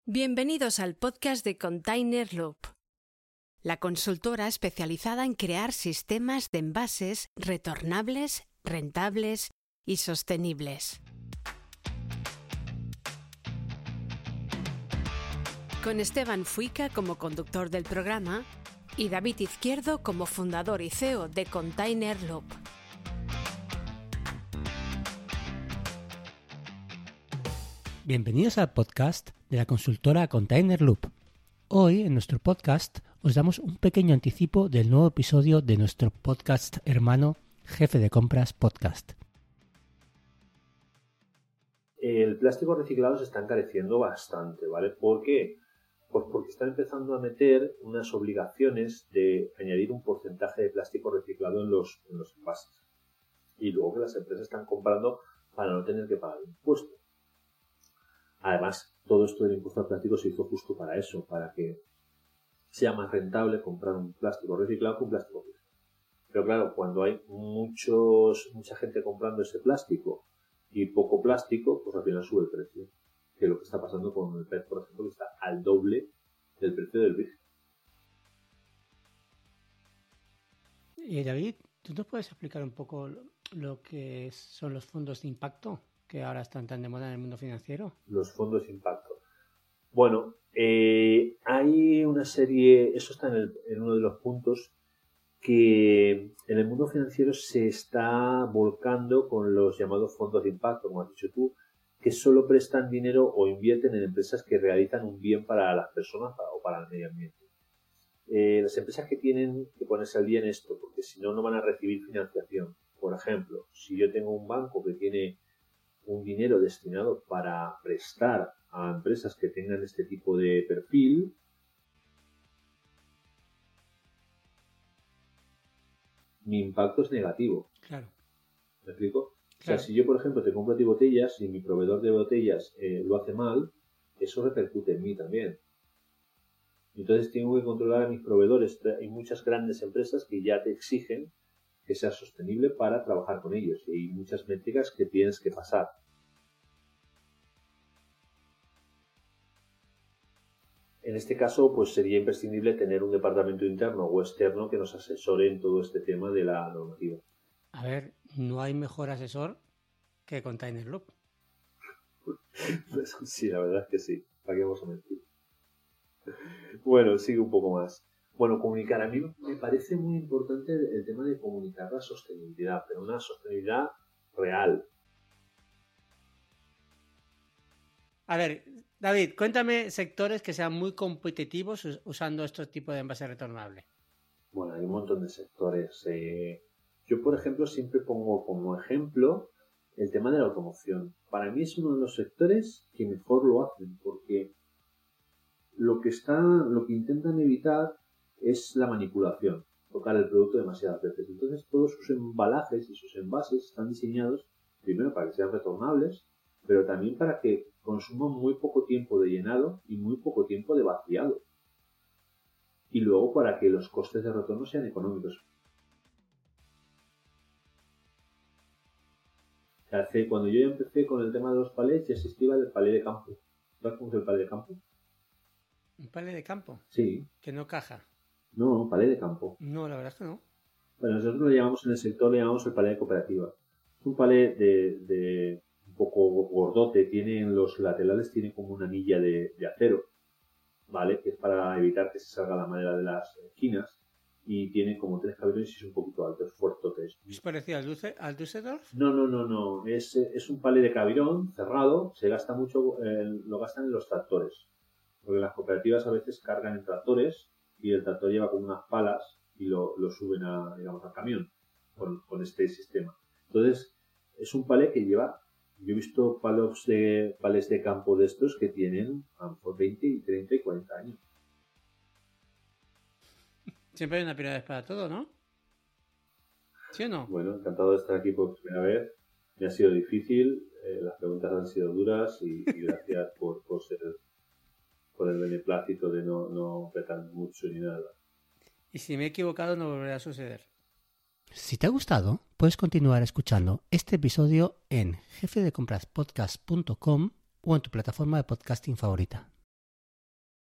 Bienvenidos al podcast de Container Loop, la consultora especializada en crear sistemas de envases retornables, rentables y sostenibles. Con Esteban Fuica como conductor del programa y David Izquierdo como fundador y CEO de Container Loop. Bienvenidos al podcast de la consultora Container Loop. Hoy, en nuestro podcast, os damos un pequeño anticipo del nuevo episodio de nuestro podcast hermano Jefe de Compras Podcast. El plástico reciclado se está encareciendo bastante, ¿vale? ¿Por qué? Pues porque están empezando a meter unas obligaciones de añadir un porcentaje de plástico reciclado en los envases. Y luego que las empresas están comprando para no tener que pagar impuestos. Además, todo esto del impuesto al plástico se hizo justo para eso, para que sea más rentable comprar un plástico reciclado que un plástico virgen. Pero claro, cuando hay mucha gente comprando ese plástico y poco plástico, pues al final sube el precio. Que es lo que está pasando con el PET, por ejemplo, que está al doble del precio del virgen. Y David, ¿tú nos puedes explicar un poco lo que son los fondos de impacto que ahora están tan de moda en el mundo financiero? Los fondos de impacto. Bueno, hay una serie, eso está en uno de los puntos que en el mundo financiero se está volcando con los llamados fondos de impacto, como has dicho tú, que solo prestan dinero o invierten en empresas que realizan un bien para las personas o para el medio ambiente. Las empresas que tienen que ponerse al día en esto, porque si no, no van a recibir financiación. Por ejemplo, si yo tengo un banco que tiene un dinero destinado para prestar a empresas que tengan este tipo de perfil, mi impacto es negativo. Claro. ¿Me explico? Claro. O sea, si yo, por ejemplo, te compro a ti botellas y mi proveedor de botellas lo hace mal, eso repercute en mí también. Entonces tengo que controlar a mis proveedores. Hay muchas grandes empresas que ya te exigen que sea sostenible para trabajar con ellos. Y hay muchas métricas que tienes que pasar. En este caso, pues sería imprescindible tener un departamento interno o externo que nos asesore en todo este tema de la normativa. A ver, no hay mejor asesor que Container Loop. Pues, sí, la verdad es que sí. ¿Para qué vamos a mentir? Bueno, sigue un poco más. Bueno, comunicar. A mí me parece muy importante el tema de comunicar la sostenibilidad, pero una sostenibilidad real. A ver, David, cuéntame sectores que sean muy competitivos usando estos tipos de envases retornables. Bueno, hay un montón de sectores. Yo, por ejemplo, siempre pongo como ejemplo el tema de la automoción. Para mí es uno de los sectores que mejor lo hacen, porque lo que intentan evitar es la manipulación, tocar el producto demasiadas veces. Entonces todos sus embalajes y sus envases están diseñados primero para que sean retornables, pero también para que consuman muy poco tiempo de llenado y muy poco tiempo de vaciado. Y luego para que los costes de retorno sean económicos. Cuando yo empecé con el tema de los palets, ya existía el palé de campo. ¿Sabes cómo es el palé de campo? ¿Un palé de campo? Sí. ¿Que no caja? No, palé de campo. No, la verdad es que no. Bueno, nosotros lo llamamos en el sector, le llamamos el palé de cooperativa. Es un palé de un poco gordote, en los laterales tiene como una anilla de acero, ¿vale? Que es para evitar que se salga la madera de las esquinas, y tiene como 3 caballones y es un poquito alto, es fuertote. ¿Es parecido al Düsseldorf? No. Es un palé de cabirón cerrado, se gasta mucho, lo gastan en los tractores. Porque las cooperativas a veces cargan en tractores y el tractor lleva como unas palas y lo suben al camión con este sistema. Entonces, es un palé que lleva, yo he visto palés de campo de estos que tienen a lo mejor 20 y 30 y 40 años. Siempre hay una primera vez para todo, ¿no? ¿Sí o no? Bueno, encantado de estar aquí por primera vez. Me ha sido difícil, las preguntas han sido duras y gracias por el beneplácito de no apretar mucho ni nada. Y si me he equivocado, no volverá a suceder. Si te ha gustado, puedes continuar escuchando este episodio en jefedecompraspodcast.com o en tu plataforma de podcasting favorita.